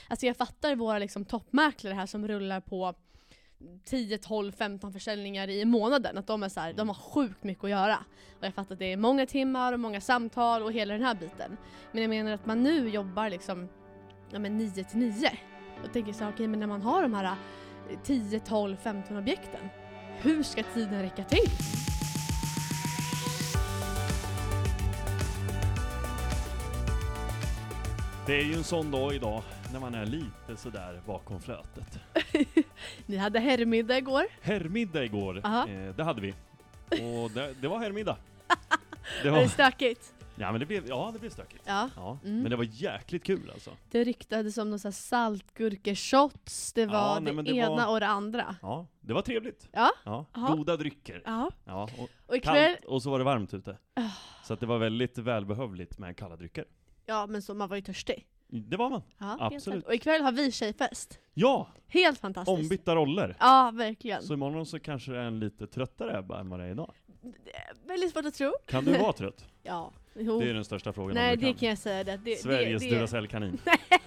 alltså jag fattar våra liksom toppmäklare här som rullar på 10, 12, 15 försäljningar i månaden, att de är så här, de har sjukt mycket att göra. Och jag fattar att det är många timmar och många samtal och hela den här biten. Men jag menar att man nu jobbar liksom 9 till 9. Och tänker så här, okej, men när man har de här 10, 12, 15 objekten, hur ska tiden räcka till? Det är ju en sån dag idag när man är lite sådär bakom flötet. Ni hade herrmiddag igår. Herrmiddag igår, det hade vi. Och det var herrmiddag. Var det stökigt? Ja, men det blev stökigt. Ja. Men det var jäkligt kul alltså. Det ryktades om några saltgurkeshots. Det var ena och det andra. Ja, det var trevligt. Ja. Goda drycker. Ja. Och ikväll... kallt, och så var det varmt ute. Så att det var väldigt välbehövligt med kalla drycker. Ja, men så man var ju törstig. Det var man. Ja, absolut. Och ikväll har vi tjejfest. Ja! Helt fantastiskt. Ombytta roller. Ja, verkligen. Så imorgon så kanske det är en lite tröttare Ebba än vad det är idag. Det är väldigt svårt att tro. Kan du vara trött? Ja. Jo. Det är den största frågan. Nej, det kan jag säga. Sveriges Duracell-kanin.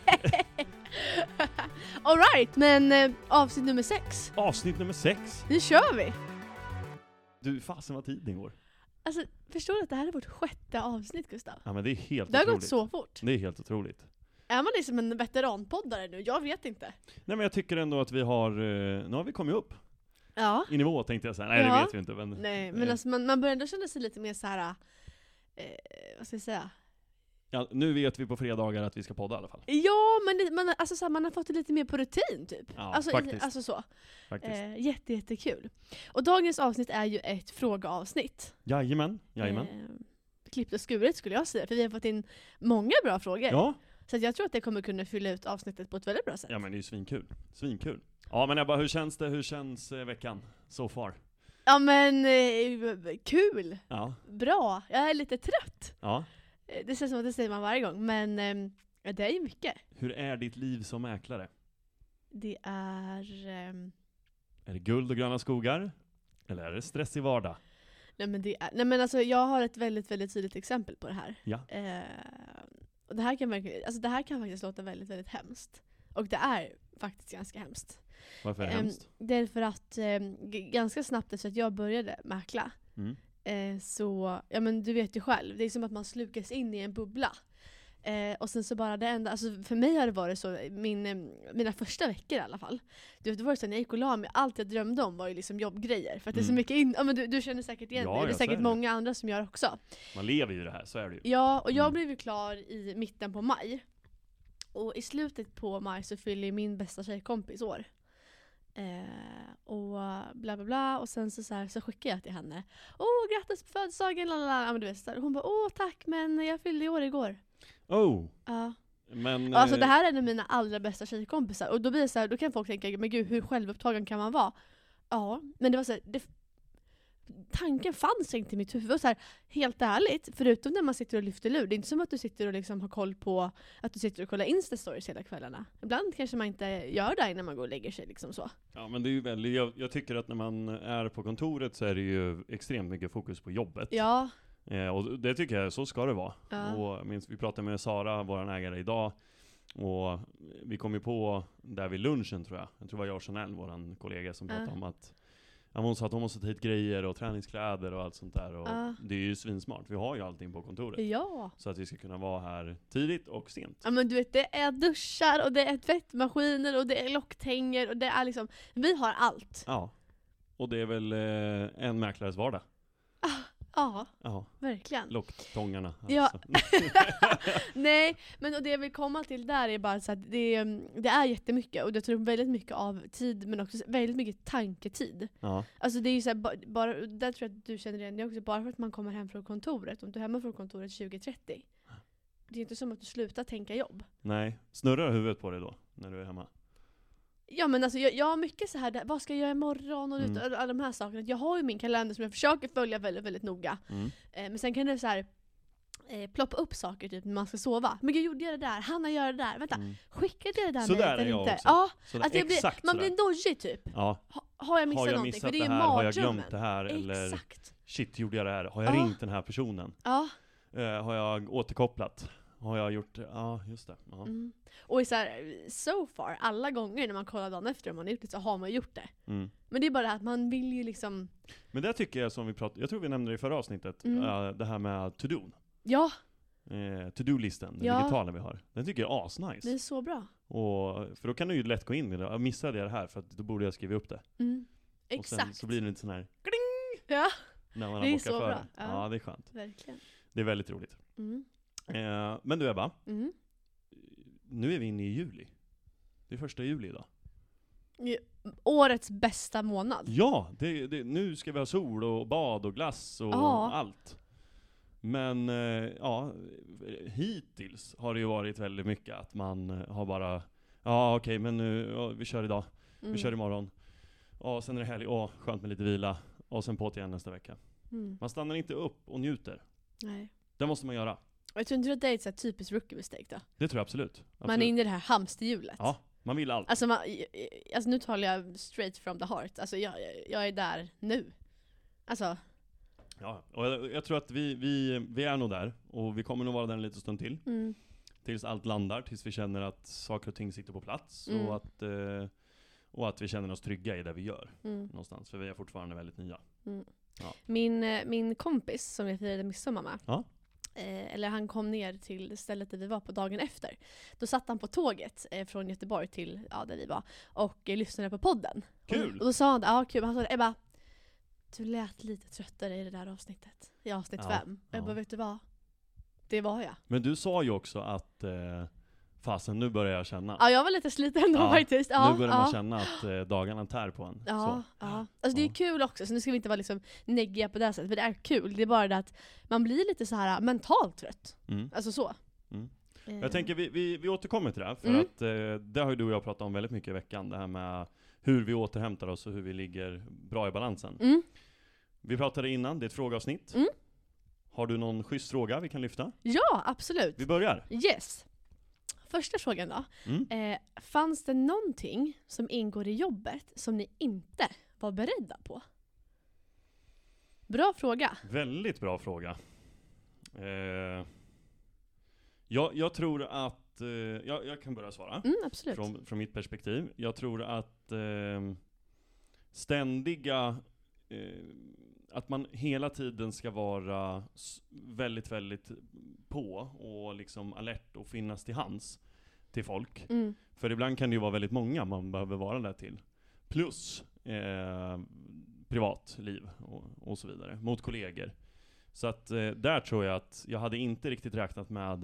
All right, men avsnitt nummer 6. Avsnitt nummer 6. Nu kör vi. Du, fasen vad tiden går. Alltså, förstår du att det här är vårt 6:e avsnitt, Gustav? Ja, men det är helt det har otroligt. gått så fort. Det är helt otroligt. Är man liksom en veteranpoddare nu? Jag vet inte. Nej, men jag tycker ändå att vi har... Nu har vi kommit upp. Ja. I nivå tänkte jag säga. Nej, det vet vi inte. Men, nej, men alltså man börjar ändå känna sig lite mer så här... vad ska jag säga? Ja, nu vet vi på fredagar att vi ska podda i alla fall. Ja, men alltså, så här, man har fått det lite mer på rutin typ. Ja, alltså, faktiskt. Alltså så. Faktiskt. Jättekul. Och dagens avsnitt är ju ett frågeavsnitt. Jajamän. Klippt och skuret skulle jag säga, för vi har fått in många bra frågor. Ja. Så jag tror att det kommer kunna fylla ut avsnittet på ett väldigt bra sätt. Ja, men det är ju svinkul. Ja, men Ebba, hur känns veckan so far? Ja, men kul. Ja. Bra. Jag är lite trött. Ja. Det känns som att det säger man varje gång, men det är ju mycket. Hur är ditt liv som mäklare? Det är... Är det guld och gröna skogar? Eller är det stress i vardag? Nej, men alltså jag har ett väldigt, väldigt tydligt exempel på det här. Ja. Och det här kan faktiskt låta väldigt, väldigt hemskt. Och det är faktiskt ganska hemskt. Varför är det hemskt? Därför att ganska snabbt efter att jag började mäkla så, ja men du vet ju själv, det är som att man slukas in i en bubbla. Och sen så bara det enda, alltså för mig har det varit så, mina första veckor i alla fall. Det var så när jag gick och la mig, allt jag drömde om var ju liksom jobbgrejer. För att det är så mycket ja, men du känner säkert igen det. Det är säkert många andra som gör också. Man lever ju det här, så är det ju. Ja, och jag blev ju klar i mitten på maj. Och i slutet på maj så fyller min bästa tjejkompis år. Och bla bla bla. Och sen så skickar jag till henne. Grattis på födelsedagen, lalala. Ja, men du vet, så hon bara, tack, men jag fyllde i år igår. Ja. Men, alltså det här är en av mina allra bästa tjejkompisar. Och då blir det så här, då kan folk tänka, men gud, hur självupptagen kan man vara? Ja, men det var så här, tanken fanns inte i mitt huvud. Och så här, helt ärligt, förutom när man sitter och lyfter lur, det är inte som att du sitter och liksom har koll på att du sitter och kollar Insta-stories hela kvällarna. Ibland kanske man inte gör det när man går och lägger sig liksom så. Ja, men det är ju väldigt, jag tycker att när man är på kontoret så är det ju extremt mycket fokus på jobbet. Ja. Och det tycker jag, så ska det vara. Ja. Och vi pratade med Sara, vår ägare, idag. Och vi kom ju på där vid lunchen, tror jag. Jag tror det var jag och Chanel, vår kollega, som pratade om att hon sa att hon måste ta hit grejer och träningskläder och allt sånt där. Och det är ju svinsmart. Vi har ju allting på kontoret. Ja. Så att vi ska kunna vara här tidigt och sent. Ja, men du vet, det är duschar och det är tvättmaskiner och det är locktänger och det är liksom, vi har allt. Ja. Och det är väl en mäklares vardag. Ja, verkligen. Locktångarna. Alltså. Ja. Nej, men och det jag vill komma till där är bara så att det är jättemycket. Och jag tror väldigt mycket av tid, men också väldigt mycket tanketid. Ja. Alltså det är ju så här, bara, där tror jag att du känner igen det också. Bara för att man kommer hem från kontoret, om du är hemma från kontoret 20:30, det är inte som att du slutar tänka jobb. Nej, snurrar huvudet på dig då, när du är hemma? Ja, men alltså jag har mycket så här, vad ska jag göra imorgon och alla de här sakerna. Jag har ju min kalender som jag försöker följa väldigt, väldigt noga. Men sen kan det så här ploppa upp saker typ när man ska sova. Men jag gjorde det där, Hanna gör det där. Vänta, skickade jag det där så med där är jag inte? också. Ja, alltså man blir nojig typ. Ja. Har jag missat någonting? För det är har jag glömt det här? Eller exakt. Shit, gjorde jag det här? Har jag ringt den här personen? Ja. Har jag återkopplat? har jag gjort, ja just det. Ja. Och så här, so far, alla gånger när man kollar dagen efter om man har gjort det så har man gjort det. Mm. Men det är bara det att man vill ju liksom... Men det tycker jag som vi pratade, jag tror vi nämnde det i förra avsnittet, det här med to-do. Ja. To-do-listan, den digitala vi har. Den tycker jag är asnice. Det är så bra. Och, för då kan du ju lätt gå in i det. Jag missade det här för att då borde jag skriva upp det. Exakt. Och sen så blir det lite sån här Ja. när man Det har är bockat så för. bra. Ja, det är skönt. Verkligen. Det är väldigt roligt. Men du Ebba, nu är vi inne i juli. Det är 1 juli idag. Årets bästa månad. Ja, nu ska vi ha sol och bad och glass och allt. Men hittills har det ju varit väldigt mycket att man har bara okej, men nu, vi kör idag. Vi kör imorgon. Och sen är det helg. Skönt med lite vila. Och sen på till igen nästa vecka. Man stannar inte upp och njuter. Nej. Det måste man göra. Och jag tror inte att det är ett så här typiskt rookie mistake då. Det tror jag absolut. Man är inne i det här hamsterhjulet. Ja, man vill allt. Alltså, nu talar jag straight from the heart. Alltså jag är där nu. Alltså. Ja, och jag tror att vi är nog där. Och vi kommer nog vara där en liten stund till. Tills allt landar. Tills vi känner att saker och ting sitter på plats. Och att vi känner oss trygga i det vi gör. Någonstans. För vi är fortfarande väldigt nya. Ja. Min kompis som jag firade midsommar med. Ja. Eller han kom ner till stället där vi var på dagen efter. Då satt han på tåget från Göteborg till där vi var. Och lyssnade på podden. Kul! Och då sa han, kul. Han sa, Ebba, du lät lite tröttare i det där avsnittet. I avsnitt 5. Jag bara, vet du vad? Det var jag. Men du sa ju också att fasen, nu börjar jag känna. Ja, jag var lite sliten ändå faktiskt. Ja, nu börjar man känna att dagarna tär på en. Ja. Alltså det är kul också, så nu ska vi inte vara liksom neggiga på det sättet. För det är kul, det är bara det att man blir lite så här mentalt trött. Alltså så. Jag tänker vi återkommer till det här. För att det har ju du och jag pratat om väldigt mycket i veckan. Det här med hur vi återhämtar oss och hur vi ligger bra i balansen. Vi pratade innan, det är ett frågeavsnitt. Har du någon schysst fråga vi kan lyfta? Ja, absolut. Vi börjar. Yes. Första frågan då. Fanns det någonting som ingår i jobbet som ni inte var beredda på? Bra fråga. Väldigt bra fråga. Jag tror att jag kan börja svara. Absolut. Från mitt perspektiv. Jag tror att ständiga att man hela tiden ska vara väldigt, väldigt på och liksom alert och finnas till hands till folk. För ibland kan det ju vara väldigt många man behöver vara där till. Plus privatliv och så vidare. Mot kollegor. Så att där tror jag att jag hade inte riktigt räknat med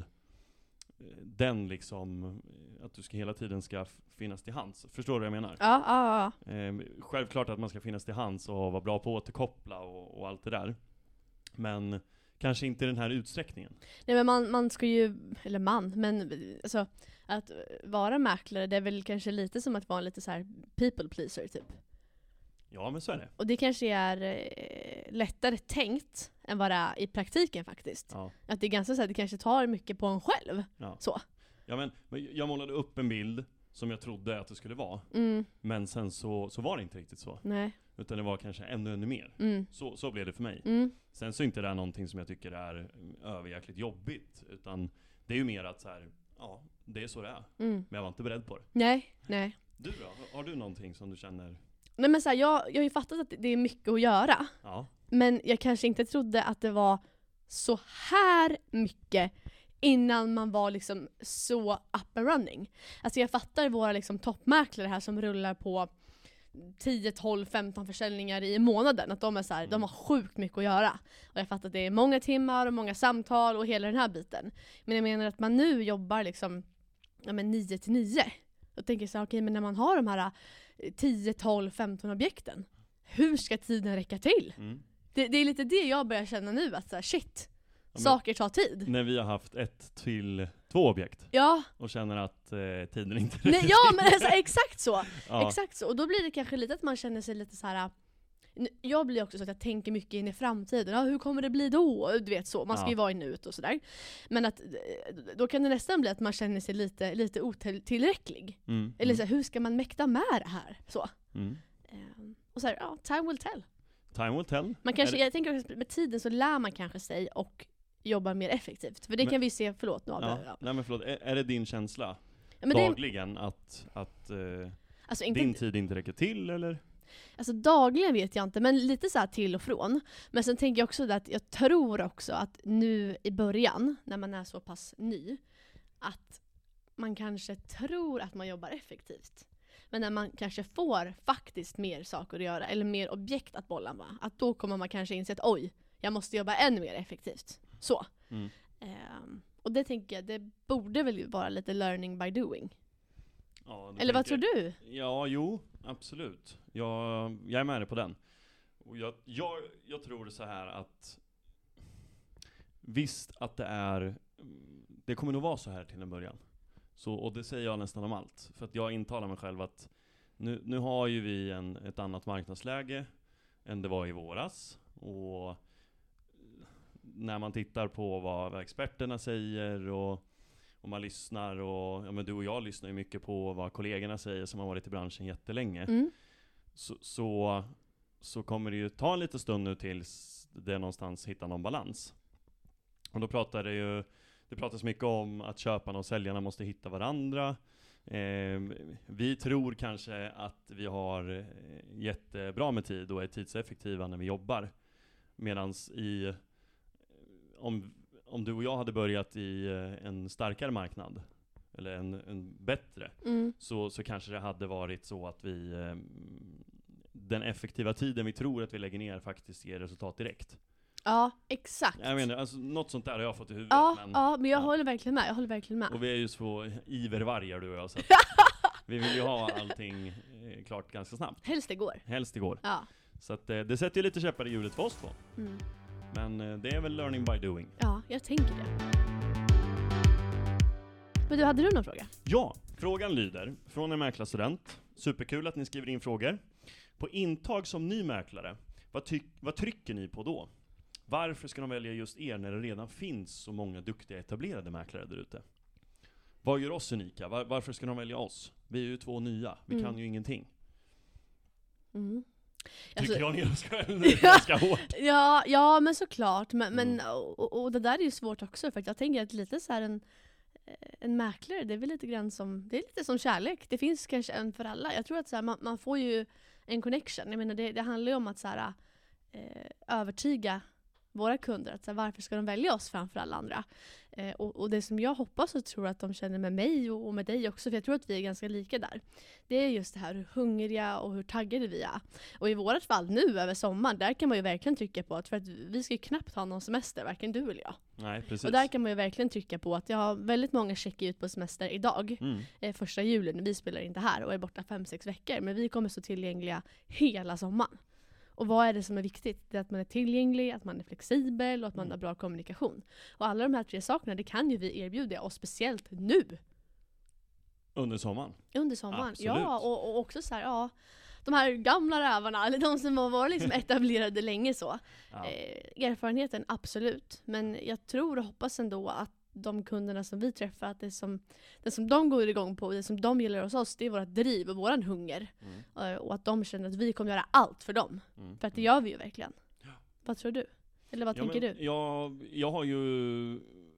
den liksom, att du ska hela tiden ska finnas till hands. Förstår du vad jag menar? Ja. Självklart att man ska finnas till hands och vara bra på att återkoppla och allt det där. Men kanske inte i den här utsträckningen. Nej, men man ska ju, men alltså att vara mäklare, det är väl kanske lite som att vara en lite så här people pleaser typ. Ja, men så är det. Och det kanske är lättare tänkt än vad det är i praktiken faktiskt. Ja. Att det är ganska så att det kanske tar mycket på en själv. Ja. Så. Ja, men jag målade upp en bild som jag trodde att det skulle vara. Men sen så var det inte riktigt så. Nej. Utan det var kanske ännu mer. Så blev det för mig. Sen så är inte det någonting som jag tycker är överjäkligt jobbigt. Utan det är ju mer att så här, det är så det är. Men jag var inte beredd på det. Nej. Du då? Har du någonting som du känner? Nej, men så här, jag har ju fattat att det är mycket att göra. Ja. Men jag kanske inte trodde att det var så här mycket innan man var liksom så up and running. Alltså jag fattar våra liksom toppmäklare här som rullar på 10, 12, 15 försäljningar i månaden. Att de är så här, de har sjukt mycket att göra. Och jag fattar att det är många timmar och många samtal och hela den här biten. Men jag menar att man nu jobbar liksom 9 till 9. Då tänker jag så här, okej, men när man har de här 10, 12, 15 objekten, hur ska tiden räcka till? Det är lite det jag börjar känna nu, att så här, shit, saker tar tid. När vi har haft 1 till 2 objekt. Ja. Och känner att tiden inte räcker. Nej, ja, men alltså, exakt så. Ja. Exakt så. Och då blir det kanske lite att man känner sig lite så här. Jag blir också så att jag tänker mycket in i framtiden. Ja, hur kommer det bli då? Du vet så. Man ska ju vara i nuet och sådär. Men att då kan det nästan bli att man känner sig lite otillräcklig. Eller så här, hur ska man mäkta med det här? Så. Och så här, time will tell. Time will tell. Man kanske, jag tänker också med tiden så lär man kanske sig och jobbar mer effektivt. För det kan vi se, förlåt nu. Nej men förlåt, är det din känsla? Ja, men dagligen att alltså din tid inte räcker till, eller? Alltså dagligen vet jag inte, men lite så här till och från. Men sen tänker jag också att jag tror också att nu i början, när man är så pass ny, att man kanske tror att man jobbar effektivt. Men när man kanske får faktiskt mer saker att göra, eller mer objekt att bolla med, att då kommer man kanske inse att oj, jag måste jobba ännu mer effektivt. Så. Och det tänker jag, det borde väl vara lite learning by doing. Ja, eller vad tror du? Ja, jo, absolut. Jag är med dig på den. Och jag tror så här att visst att det kommer nog vara så här till en början. Så, och det säger jag nästan om allt. För att jag intalar mig själv att nu har ju vi ett annat marknadsläge än det var i våras. Och när man tittar på vad experterna säger och man lyssnar, och ja, men du och jag lyssnar ju mycket på vad kollegorna säger som har varit i branschen jättelänge. Så kommer det ju ta en liten stund nu tills det någonstans hittar någon balans. Och då det pratas mycket om att köparna och säljarna måste hitta varandra. Vi tror kanske att vi har jättebra med tid och är tidseffektiva när vi jobbar. Medans om du och jag hade börjat i en starkare marknad, eller en bättre, så kanske det hade varit så att den effektiva tiden vi tror att vi lägger ner faktiskt ger resultat direkt. Ja, exakt. Jag menar, alltså, något sånt där har jag fått i huvudet. Men jag håller verkligen med. Och vi är ju så ivervargar, du och jag. Så vi vill ju ha allting klart ganska snabbt. Helst igår. Ja. Så att, det sätter ju lite käppar i hjulet för oss två. Men det är väl learning by doing. Ja, jag tänker det. Men hade du någon fråga? Ja, frågan lyder från en mäklarstudent. Superkul att ni skriver in frågor. På intag som ny mäklare, vad trycker ni på då? Varför ska de välja just er när det redan finns så många duktiga etablerade mäklare där ute? Vad gör oss unika? Varför ska de välja oss? Vi är ju 2 nya. Vi kan ju ingenting. Tycker jag ni ska ganska hårt. Ja, men såklart. Men och det där är ju svårt också. För jag tänker att lite så här en mäklare, det är väl lite grann som kärlek. Det finns kanske en för alla. Jag tror att så här, man får ju en connection. Jag menar, det handlar ju om att så här, övertyga våra kunder att så här, varför ska de välja oss framför alla andra. Och det som jag hoppas och tror att de känner med mig och med dig också, för jag tror att vi är ganska lika där, det är just det här hur hungriga och hur taggade vi är. Och i vårt fall nu över sommaren, där kan man ju verkligen trycka på att, för att vi ska ju knappt ha någon semester, varken du eller jag. Nej, precis. Och där kan man ju verkligen trycka på att jag har väldigt många checkar ut på semester idag. 1 juli, vi spelar inte här och är borta 5-6 veckor, men vi kommer stå tillgängliga hela sommaren. Och vad är det som är viktigt? Det är att man är tillgänglig, att man är flexibel och att man har bra kommunikation. Och alla de här 3 sakerna, det kan ju vi erbjuda, och speciellt nu. Under sommaren? Under sommaren, absolut. ja. Och också så här, de här gamla rävarna, eller de som har varit liksom etablerade länge så. Ja. Erfarenheten, absolut. Men jag tror och hoppas ändå att de kunderna som vi träffar, att det som de går igång på, det som de gillar hos oss, det är vårt driv och våran hunger. Och att de känner att vi kommer göra allt för dem. För att det gör vi ju verkligen. Ja. Vad tror du? Eller vad tänker du? Jag har ju...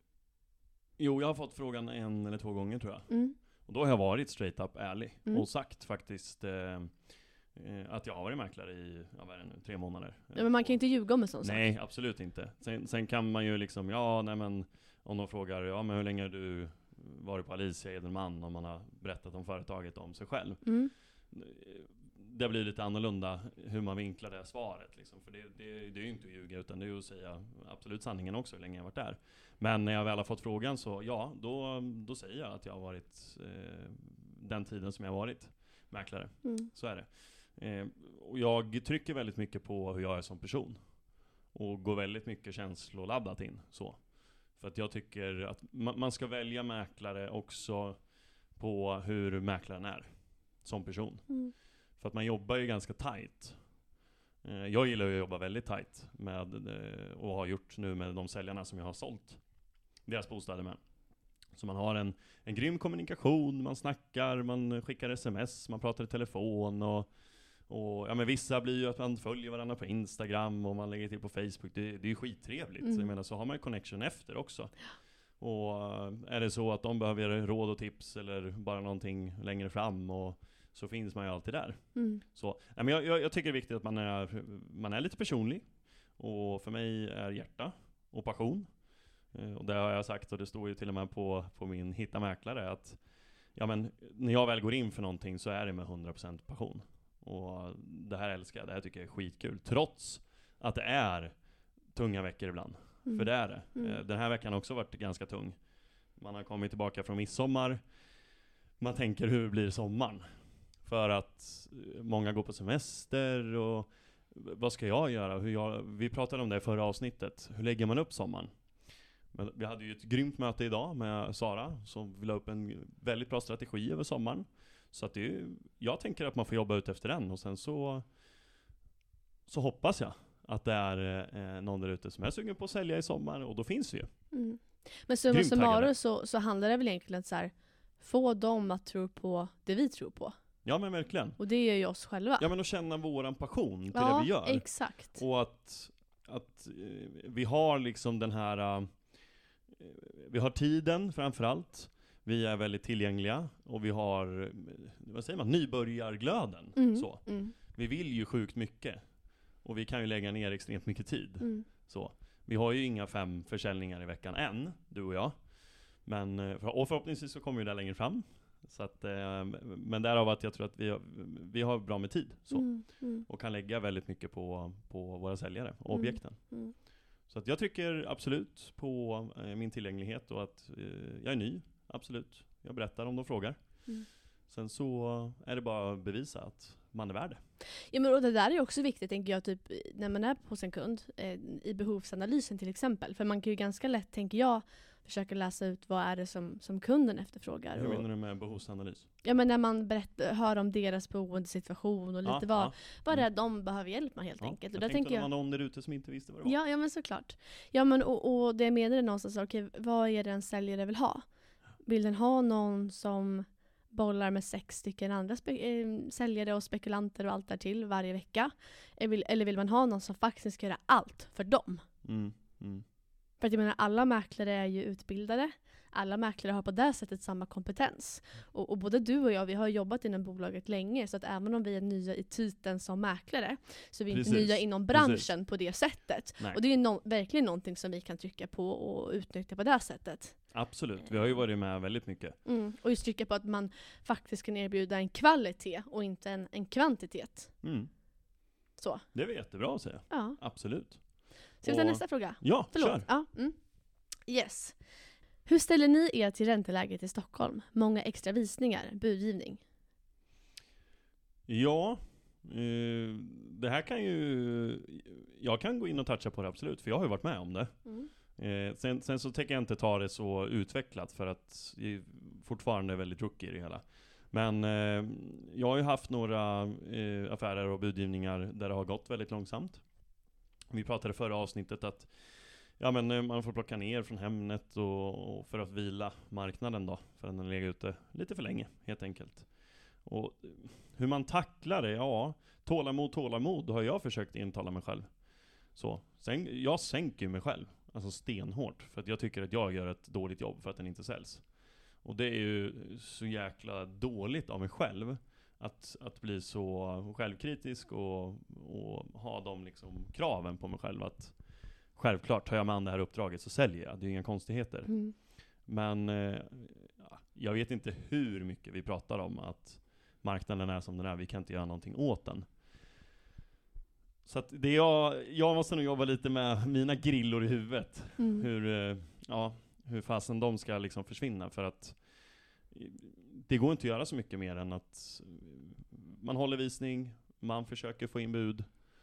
jag har fått frågan 1 eller 2 gånger tror jag. Och då har jag varit straight up ärlig. Och sagt faktiskt att jag har varit mäklare i 3 månader. Ja, men man kan inte ljuga om en sån sak. Nej, absolut inte. Sen kan man ju liksom, om de frågar, men hur länge har du varit på Alicia Edelman, om man har berättat om företaget om sig själv. Det blir lite annorlunda hur man vinklar det svaret. Liksom. För det är ju inte att ljuga, utan det är ju att säga absolut sanningen också, hur länge jag har varit där. Men när jag väl har fått frågan så, då säger jag att jag har varit den tiden som jag har varit mäklare. Så är det. Och jag trycker väldigt mycket på hur jag är som person. Och går väldigt mycket känsloladdat in. Så. För att jag tycker att man ska välja mäklare också på hur mäklaren är som person. För att man jobbar ju ganska tight. Jag gillar ju att jobba väldigt tight med, och har gjort nu med de säljarna som jag har sålt deras bostäder med. Så man har en grym kommunikation, man snackar, man skickar sms, man pratar i telefon Och ja, men vissa blir ju att man följer varandra på Instagram och man lägger till på Facebook. Det är ju skittrevligt. Så jag menar, så har man ju connection efter också. Och är det så att de behöver råd och tips eller bara någonting längre fram, och så finns man ju alltid där. Så, ja, men jag tycker det är viktigt att man är lite personlig. Och för mig är hjärta och passion. Och det har jag sagt, och det står ju till och med på min Hitta Mäklare, att ja, men när jag väl går in för någonting så är det med 100% passion. Och det här älskar jag, det här tycker jag är skitkul. Trots att det är tunga veckor ibland. För det är det. Den här veckan har också varit ganska tung. Man har kommit tillbaka från midsommar. Man tänker, hur blir sommaren? För att många går på semester, och vad ska jag göra? Vi pratade om det i förra avsnittet. Hur lägger man upp sommaren? Men vi hade ju ett grymt möte idag med Sara som vill ha upp en väldigt bra strategi över sommaren. Så att jag tänker att man får jobba ut efter den, och sen så hoppas jag att det är någon där ute som är sugen på att sälja i sommar, och då finns vi ju. Men summa summarum så handlar det väl egentligen så här, få dem att tro på det vi tror på. Ja, men verkligen. Och det är ju oss själva. Ja, men att känna våran passion till det vi gör. Exakt. Och att vi har liksom den här vi har tiden framförallt. Vi är väldigt tillgängliga, och vi har, vad säger man, nybörjarglöden. Så. Vi vill ju sjukt mycket, och vi kan ju lägga ner extremt mycket tid. Så. Vi har ju inga 5 försäljningar i veckan än, du och jag. Men, och förhoppningsvis så kommer vi där längre fram. Så att, men därav att jag tror att vi har bra med tid. Så. Och kan lägga väldigt mycket på våra säljare och objekten. Så att jag tycker absolut på min tillgänglighet, och att jag är ny. Absolut. Jag berättar om de frågar. Sen så är det bara att bevisa att man är värd det. Ja, men och det där är också viktigt, tänker jag, typ när man är hos en kund, i behovsanalysen till exempel. För man kan ju ganska lätt, tänker jag, försöka läsa ut vad är det som kunden efterfrågar. Hur menar du med behovsanalys? Ja, men när man hör om deras boendesituation och lite vad det är de behöver hjälp med helt enkelt. Och jag tänkte det var någon där ute som inte visste vad det var. Ja, men såklart. Ja, men och det jag menar är någonstans, okej, vad är det en säljare vill ha? Vill den ha någon som bollar med 6 stycken andra säljare och spekulanter och allt där till varje vecka? Eller vill man ha någon som faktiskt ska göra allt för dem? För att jag menar, alla mäklare är ju utbildade. Alla mäklare har på det sättet samma kompetens. Och både du och jag, vi har jobbat inom bolaget länge. Så att även om vi är nya i titeln som mäklare, så är vi inte nya inom branschen på det sättet. Nej. Och det är ju verkligen någonting som vi kan trycka på och utnyttja på det sättet. Absolut, vi har ju varit med väldigt mycket. Och just trycka på att man faktiskt kan erbjuda en kvalitet och inte en kvantitet. Så. Det är jättebra att säga. Ja. Absolut. Ska vi ta nästa fråga? Ja, kör. Ja. Yes. Hur ställer ni er till ränteläget i Stockholm? Många extra visningar, budgivning. Ja, det här kan ju... Jag kan gå in och toucha på det, absolut. För jag har ju varit med om det. Sen så tänker jag inte ta det så utvecklat, för att jag är fortfarande väldigt rookie i det hela. Men jag har ju haft några affärer och budgivningar där det har gått väldigt långsamt. Vi pratade förra avsnittet att man får plocka ner från Hemnet och för att vila marknaden då, för att den ligger ute lite för länge helt enkelt. Och hur man tacklar det, tålamod har jag försökt intala mig själv. Så jag sänker mig själv, alltså stenhårt, för att jag tycker att jag gör ett dåligt jobb för att den inte säljs. Och det är ju så jäkla dåligt av mig själv att bli så självkritisk och ha de liksom kraven på mig själv att självklart tar jag med an det här uppdraget så säljer jag. Det är ju inga konstigheter. Men jag vet inte hur mycket vi pratar om att marknaden är som den är. Vi kan inte göra någonting åt den. Så att det jag måste nog jobba lite med mina grillor i huvudet. Hur fasen de ska liksom försvinna, för att det går inte att göra så mycket mer än att man håller visning, man försöker få in bud.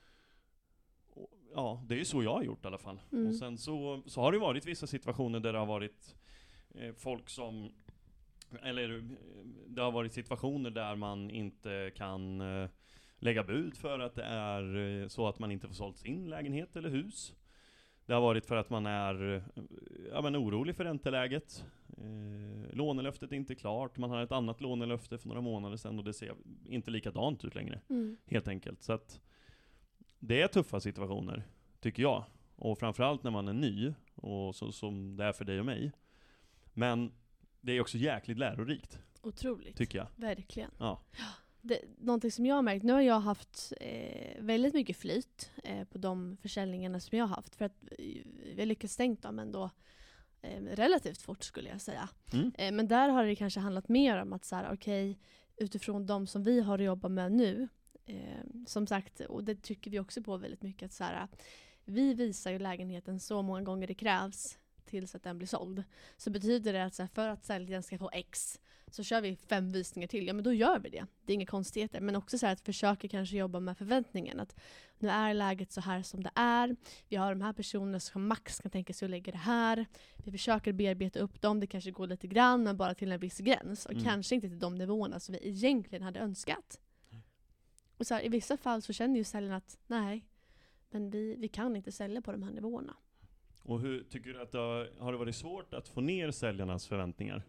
Ja, det är ju så jag har gjort i alla fall. Och sen så har det varit vissa situationer där det har varit folk som, eller det har varit situationer där man inte kan lägga bud för att det är så att man inte får sålt sin lägenhet eller hus. Det har varit för att man är orolig för ränteläget. Lånelöftet är inte klart. Man har ett annat lånelöfte för några månader sedan och det ser inte likadant ut längre. Helt enkelt. Så att det är tuffa situationer, tycker jag. Och framförallt när man är ny, och så, som det är för dig och mig. Men det är också jäkligt lärorikt. Otroligt. Tycker jag. Verkligen. Ja. Någonting som jag har märkt, nu har jag haft väldigt mycket flyt på de försäljningarna som jag har haft. För att vi lyckats stängt dem ändå relativt fort, skulle jag säga. Men där har det kanske handlat mer om att så här, okej, utifrån de som vi har att jobba med nu, som sagt, och det trycker vi också på väldigt mycket, att så här, vi visar ju lägenheten så många gånger det krävs tills att den blir såld. Så betyder det att så här, för att säljaren ska få X så kör vi 5 visningar till. Ja, men då gör vi det. Det är inga konstigheter. Men också så här att försöka kanske jobba med förväntningen. Att nu är läget så här som det är. Vi har de här personerna som max kan tänka sig att lägga det här. Vi försöker bearbeta upp dem. Det kanske går lite grann, men bara till en viss gräns. Och kanske inte till de nivåerna som vi egentligen hade önskat. Och så här, i vissa fall så känner ju säljaren att nej, men vi kan inte sälja på de här nivåerna. Och hur tycker du att har det varit svårt att få ner säljarnas förväntningar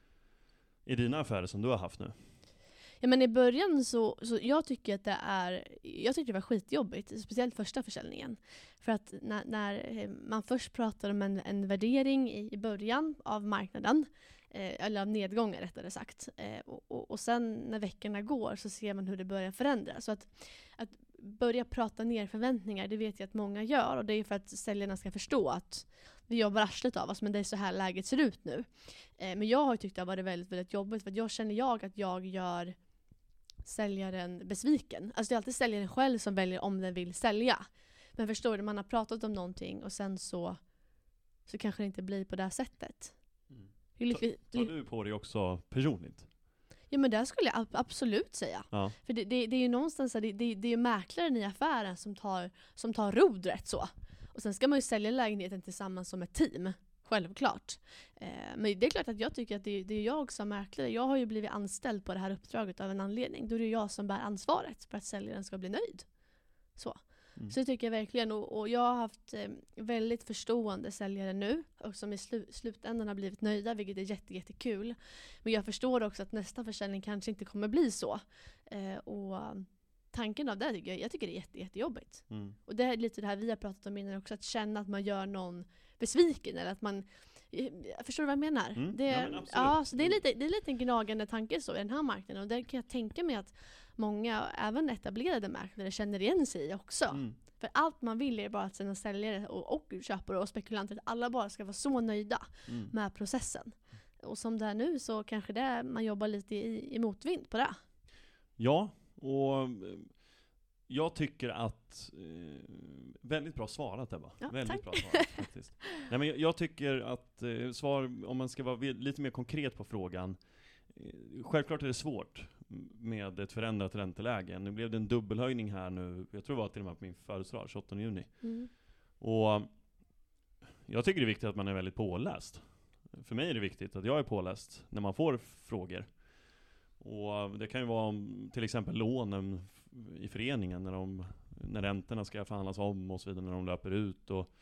i dina affärer som du har haft nu? Ja, men i början så jag tycker att jag tyckte det var skitjobbigt, speciellt första försäljningen. För att när man först pratar om en värdering i början av marknaden, eller av nedgångar rättare sagt, och sen när veckorna går så ser man hur det börjar förändras. Så att börja prata ner förväntningar, det vet jag att många gör, och det är för att säljarna ska förstå att vi jobbar arslet av oss, men det är så här läget ser ut nu. Men jag har tyckt det har varit väldigt, väldigt jobbigt, för att jag känner att jag gör säljaren besviken. Alltså det är alltid säljaren själv som väljer om den vill sälja. Men förstår du, man har pratat om någonting och sen så kanske det inte blir på det här sättet. Tar du på dig också personligt? Ja, men det skulle jag absolut säga. Ja. För det är ju någonstans, det är ju mäklaren i affären som tar rodret så. Och sen ska man ju sälja lägenheten tillsammans som ett team. Självklart. Men det är klart att jag tycker att det är jag som mäklare. Jag har ju blivit anställd på det här uppdraget av en anledning. Då är det jag som bär ansvaret för att säljaren ska bli nöjd. Så det tycker jag verkligen. Och jag har haft väldigt förstående säljare nu. Och som i slutändan har blivit nöjda, vilket är jättekul. Men jag förstår också att nästa försäljning kanske inte kommer bli så. Och tanken av det jag tycker det är jättejobbigt. Och det är lite det här vi har pratat om innan också. Att känna att man gör någon besviken. Eller att man... Förstår du vad jag menar? Så det är lite en gnagande tanke så i den här marknaden. Och där kan jag tänka mig att många, även etablerade marknader, känner igen sig i också. För allt man vill är bara att sina säljare och köpare och spekulanter, att alla bara ska vara så nöjda med processen. Och som det är nu så kanske det man jobbar lite i motvind på det. Ja, och jag tycker att väldigt bra svarat, Ebba. Ja, väldigt tack. bra svarat faktiskt. Nej, men jag tycker att om man ska vara lite mer konkret på frågan, självklart är det svårt med ett förändrat ränteläge. Nu blev det en dubbelhöjning här nu, jag tror det var till och med på min födelsedag, 28 juni. Och jag tycker det är viktigt att man är väldigt påläst. För mig är det viktigt att jag är påläst när man får frågor. Och det kan ju vara om till exempel lånen i föreningen när räntorna ska förhandlas om och så vidare, när de löper ut. Och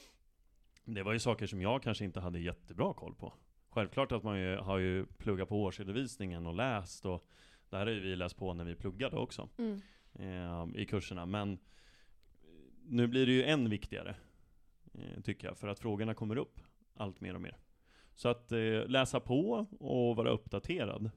det var ju saker som jag kanske inte hade jättebra koll på. Självklart att man har ju pluggat på årsredovisningen och läst, och det här har ju vi läst på när vi pluggade också i kurserna. Men nu blir det ju än viktigare, tycker jag, för att frågorna kommer upp allt mer och mer. Så att läsa på och vara uppdaterad,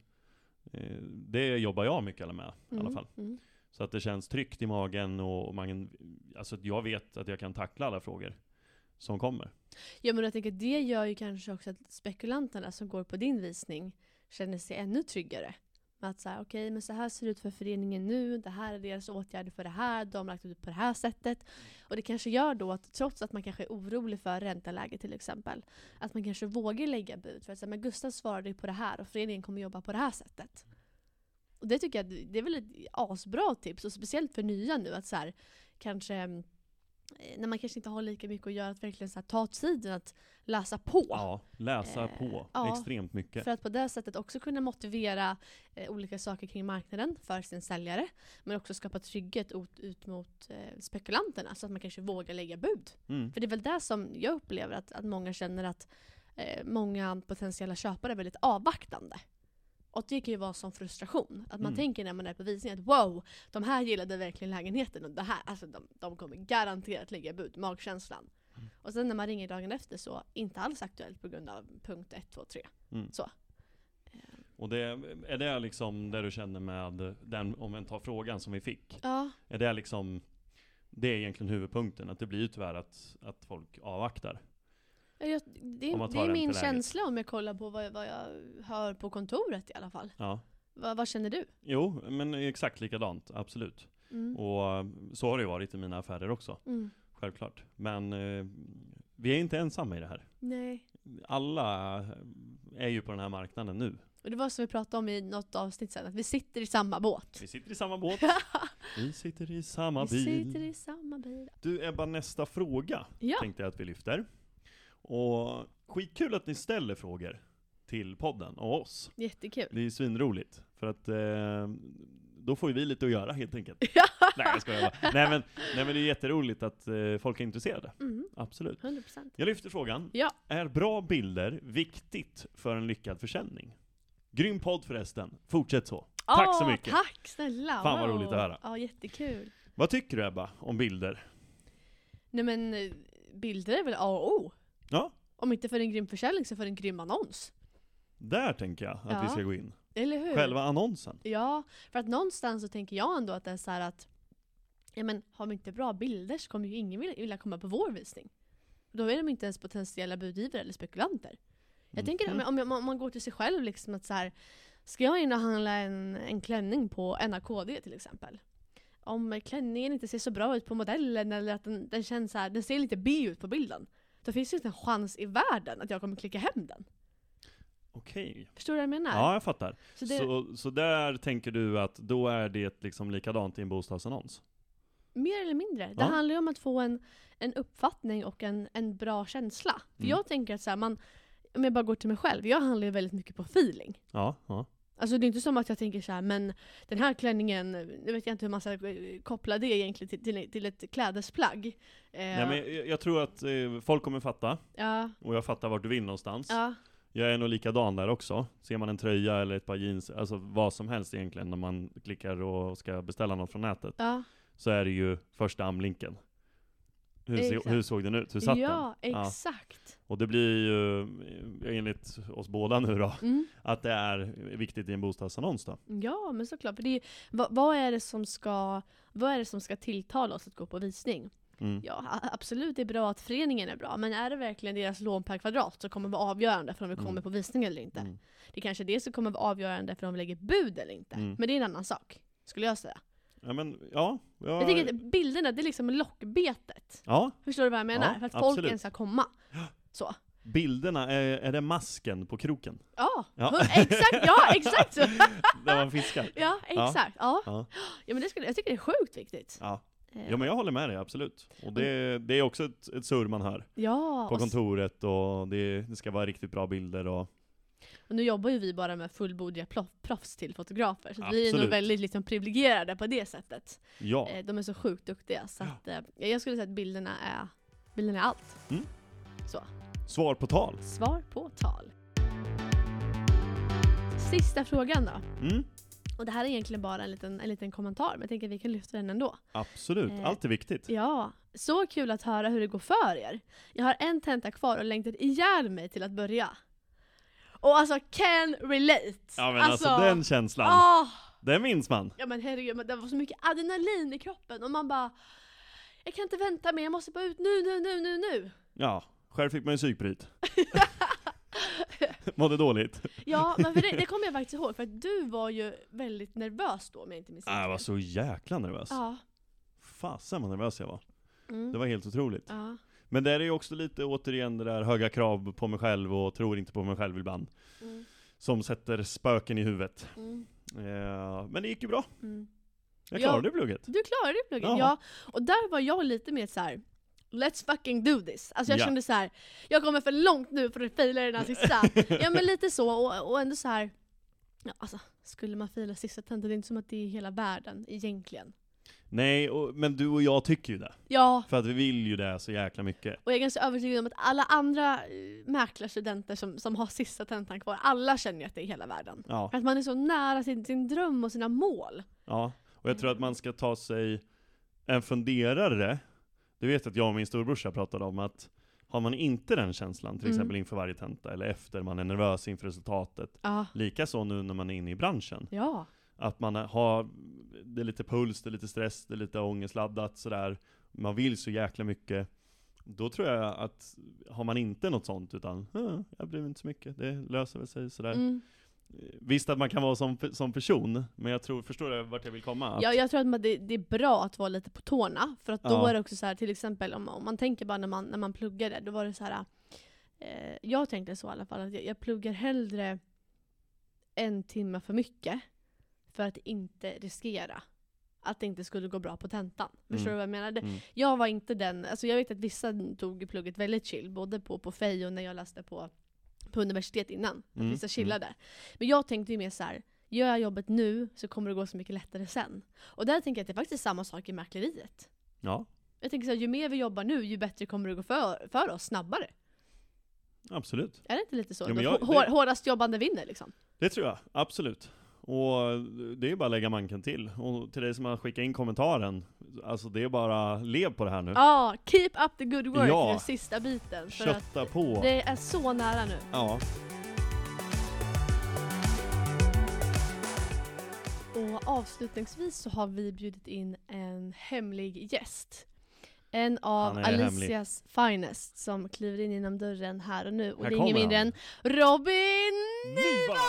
det jobbar jag mycket med i alla fall. Så att det känns tryggt i magen och alltså jag vet att jag kan tackla alla frågor som kommer. Ja, men jag tänker att det gör ju kanske också att spekulanterna som går på din visning känner sig ännu tryggare. Med att säga, okej, men så här ser det ut för föreningen nu. Det här är deras åtgärder för det här. De har lagt ut på det här sättet. Och det kanske gör då att trots att man kanske är orolig för ränteläge till exempel, att man kanske vågar lägga bud. För att säga, men Gustav svarade på det här och föreningen kommer jobba på det här sättet. Och det tycker jag det är väl ett asbra tips. Och speciellt för nya nu att så här, kanske när man kanske inte har lika mycket att göra, att verkligen så här, ta tiden att läsa på. Ja, läsa på extremt mycket. För att på det sättet också kunna motivera olika saker kring marknaden för sin säljare. Men också skapa trygghet ut mot spekulanterna så att man kanske vågar lägga bud. För det är väl det som jag upplever att många känner att många potentiella köpare är väldigt avvaktande. Och det kan ju vara som frustration. Att man tänker när man är på visning att wow, de här gillade verkligen lägenheten och det här, alltså de kommer garanterat lägga bud, magkänslan. Och sen när man ringer dagen efter så inte alls aktuellt på grund av punkt 1, 2, 3. Så. Och är det liksom det du känner med den, om man tar frågan som vi fick? Ja. Är det liksom, det är egentligen huvudpunkten, att det blir ju tyvärr att folk avvaktar? Det är min känsla om jag kollar på vad jag hör på kontoret i alla fall. Ja. Vad känner du? Jo, men exakt likadant, absolut. Och så har det ju varit i mina affärer också. Självklart. Men vi är inte ensamma i det här. Nej. Alla är ju på den här marknaden nu. Och det var som vi pratade om i något avsnitt sen, att vi sitter i samma båt. Vi sitter i samma båt. Vi sitter i samma bil. Vi sitter i samma bil. Du, Ebba, nästa fråga tänkte jag att vi lyfter. Och skitkul att ni ställer frågor till podden och oss. Jättekul. Det är svinroligt. För att då får ju vi lite att göra helt enkelt. Nej, jag skojar bara. Nej men det är jätteroligt att folk är intresserade. Absolut. 100%. Jag lyfter frågan. Ja. Är bra bilder viktigt för en lyckad försäljning? Grym podd förresten. Fortsätt så. Tack så mycket. Tack snälla. Fan vad roligt att höra. Ja, jättekul. Vad tycker du, Ebba, om bilder? Nej men bilder är väl A och O. Ja. Om inte för en grym försäljning så för en grym annons. Där tänker jag att vi ska gå in. Eller hur? Själva annonsen. Ja, för att någonstans så tänker jag ändå att det är så här att har vi inte bra bilder så kommer ju ingen vilja komma på vår visning. Då är de inte ens potentiella budgivare eller spekulanter. Jag tänker om man går till sig själv liksom att så här, ska jag in och handla en klänning på NAKD till exempel? Om klänningen inte ser så bra ut på modellen eller att den känns så här, den ser lite B ut på bilden. Då finns det inte en chans i världen att jag kommer klicka hem den. Okej. Förstår du vad jag menar? Ja, jag fattar. Så, så där tänker du att då är det liksom likadant i en bostadsannons? Mer eller mindre. Det handlar ju om att få en uppfattning och en bra känsla. För jag tänker att så här, om jag bara går till mig själv, jag handlar ju väldigt mycket på feeling. Ja. Alltså det är inte som att jag tänker så här, men den här klänningen, nu vet jag inte hur man ska koppla det egentligen till ett klädesplagg. Nej, men jag tror att folk kommer fatta. Ja. Och jag fattar vart du vill någonstans. Ja. Jag är nog likadan där också. Ser man en tröja eller ett par jeans, alltså vad som helst egentligen när man klickar och ska beställa något från nätet. Ja. Så är det ju första amlinken. Hur såg den ut? Hur satt den? Ja, exakt. Och det blir ju enligt oss båda nu då att det är viktigt i en bostadsannons då. Ja, men såklart. För det är, vad är det som ska tilltala oss att gå på visning? Ja, absolut det är bra att föreningen är bra, men är det verkligen deras lån per kvadrat som kommer vara avgörande för om vi kommer på visning eller inte? Det är kanske det som kommer vara avgörande för om vi lägger bud eller inte. Men det är en annan sak, skulle jag säga. Jag tycker att bilderna, det är liksom lockbetet. Ja. Förstår du vad jag menar? För att folk ens ska komma. Så. Bilderna, är det masken på kroken? Ja. Exakt så. Där man fiskar. Ja, exakt. Ja, men jag tycker det är sjukt viktigt. Ja. Ja, men jag håller med dig, absolut. Och det är också ett surr man hör på kontoret, och det ska vara riktigt bra bilder. Och nu jobbar ju vi bara med fullbodiga proffs till fotografer, så vi är nog väldigt liksom privilegierade på det sättet. Ja. De är så sjukt duktiga, så att, jag skulle säga att bilderna är allt. Så. Svar på tal. Svar på tal. Sista frågan då. Och det här är egentligen bara en liten kommentar, men jag tänker att vi kan lyfta den ändå. Absolut, allt är viktigt. Ja, så kul att höra hur det går för er. Jag har en tenta kvar och längtat ihjäl mig till att börja. Och alltså, can relate. Ja, men alltså den känslan, det minns man. Ja, men herregud, det var så mycket adrenalin i kroppen. Och man bara, jag kan inte vänta mer, jag måste bara ut nu. Ja, själv fick man ju psykbryt. Mådde dåligt. Ja, men för det kommer jag faktiskt ihåg. För att du var ju väldigt nervös då, om jag inte minns. Jag var så jäkla nervös. Ja. Fasen vad nervös jag var. Det var helt otroligt. Ja. Men det är ju också lite återigen det där höga krav på mig själv och tror inte på mig själv ibland. Som sätter spöken i huvudet. Men det gick ju bra. Jag klarade plugget. Du klarade plugget, ja. Och där var jag lite mer så här. let's fucking do this. Alltså jag Ja. kände så här, jag kommer för långt nu för att faila den här sista. Ja men lite så, och ändå så här. Ja, alltså, skulle man fila sista tentan, det är inte som att det är hela världen egentligen. Nej, men du och jag tycker ju det. Ja. För att vi vill ju det så jäkla mycket. Och jag är ganska övertygad om att alla andra mäklarstudenter som har sista tentan kvar, alla känner ju att det är hela världen. Ja. För att man är så nära sin dröm och sina mål. Ja, och jag tror att man ska ta sig en funderare. Du vet att jag och min storbrorsa pratade om att har man inte den känslan, till exempel inför varje tenta eller efter man är nervös inför resultatet, Ja. likaså nu när man är inne i branschen. Ja. Att man har, det är lite puls, det är lite stress, det är lite ångestladdat sådär. Man vill så jäkla mycket. Då tror jag att har man inte något sånt utan jag bryr mig inte så mycket, det löser väl sig sådär. Visst att man kan vara som person, men jag tror, förstår du vart jag vill komma? Att... Ja, jag tror att det är bra att vara lite på tårna. För att då är det också så här, till exempel om man tänker bara när man pluggade, då var det så här. Jag tänkte så i alla fall, att jag pluggar hellre 1 timme för mycket för att inte riskera att det inte skulle gå bra på tentan. Förstår du vad jag menar? Jag var inte den, alltså jag vet att vissa tog plugget väldigt chill, både på FEI och när jag läste på universitet innan. Att vissa chillade. Men jag tänkte ju mer så här, gör jag jobbet nu så kommer det gå så mycket lättare sen. Och där tänker jag att det är faktiskt samma sak i mäkleriet. Ja. Jag tänker så här, ju mer vi jobbar nu, ju bättre kommer det gå för oss snabbare. Absolut. Är det inte lite så? Ja, Hårdast jobbande vinner liksom. Det tror jag, absolut. Och det är bara att lägga manken till. Och till dig som har skickat in kommentaren, alltså det är bara lev på det här nu. Ja, keep up the good work Ja. i den sista biten. För Kötta att på. det är så nära nu. Ja. Och avslutningsvis så har vi bjudit in en hemlig gäst. En av Alicias finest som kliver in genom dörren här och nu. Och Här det är ingen mindre än Robin Niva!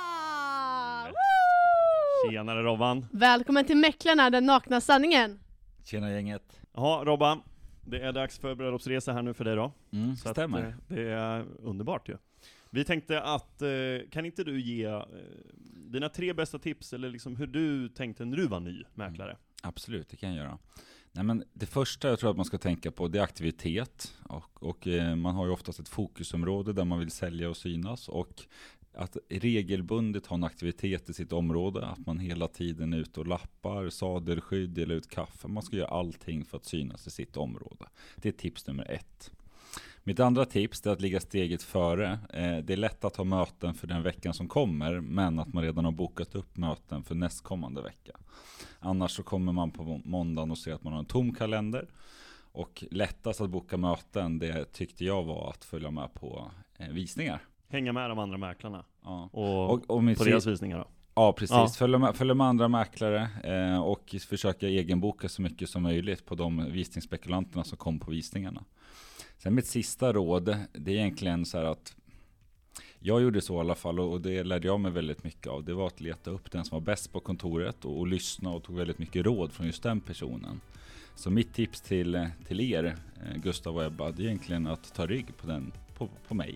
Tjenare Robban. Välkommen till Mäklarna, den nakna sanningen. Tjena gänget. Ja, Robban. Det är dags för bröllopsresa här nu för dig då. Så stämmer. Att, det är underbart ju. Vi tänkte att, kan inte du ge dina 3 bästa tips, eller liksom hur du tänkte när du var ny mäklare? Absolut, det kan jag göra. Nej, men det första jag tror att man ska tänka på, det är aktivitet. Och man har ju oftast ett fokusområde där man vill sälja och synas. Och att regelbundet ha en aktivitet i sitt område. Att man hela tiden är ute och lappar, sadelskydd, delar ut kaffe. Man ska göra allting för att synas i sitt område. Det är tips nummer 1. Mitt andra tips är att ligga steget före. Det är lätt att ha möten för den veckan som kommer, men att man redan har bokat upp möten för nästkommande vecka. Annars så kommer man på måndagen och ser att man har en tom kalender. Och lättast att boka möten, det tyckte jag var att följa med på visningar. Hänga med de andra mäklarna. Ja. Och på deras visningar då. Ja, precis. Ja. Följa med andra mäklare och försöka egenboka så mycket som möjligt på de visningsspekulanterna som kom på visningarna. Sen mitt sista råd, det är egentligen så här att jag gjorde så i alla fall, och det lärde jag mig väldigt mycket av. Det var att leta upp den som var bäst på kontoret och lyssna, och tog väldigt mycket råd från just den personen. Så mitt tips till er, Gustav och Ebba, det är egentligen att ta rygg på mig.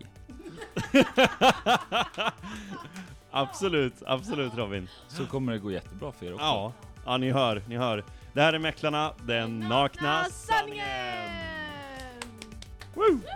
Absolut Robin. Så kommer det gå jättebra för er också. Ja, ni hör. Det här är Mäklarna, den nakna sanningen. Woo!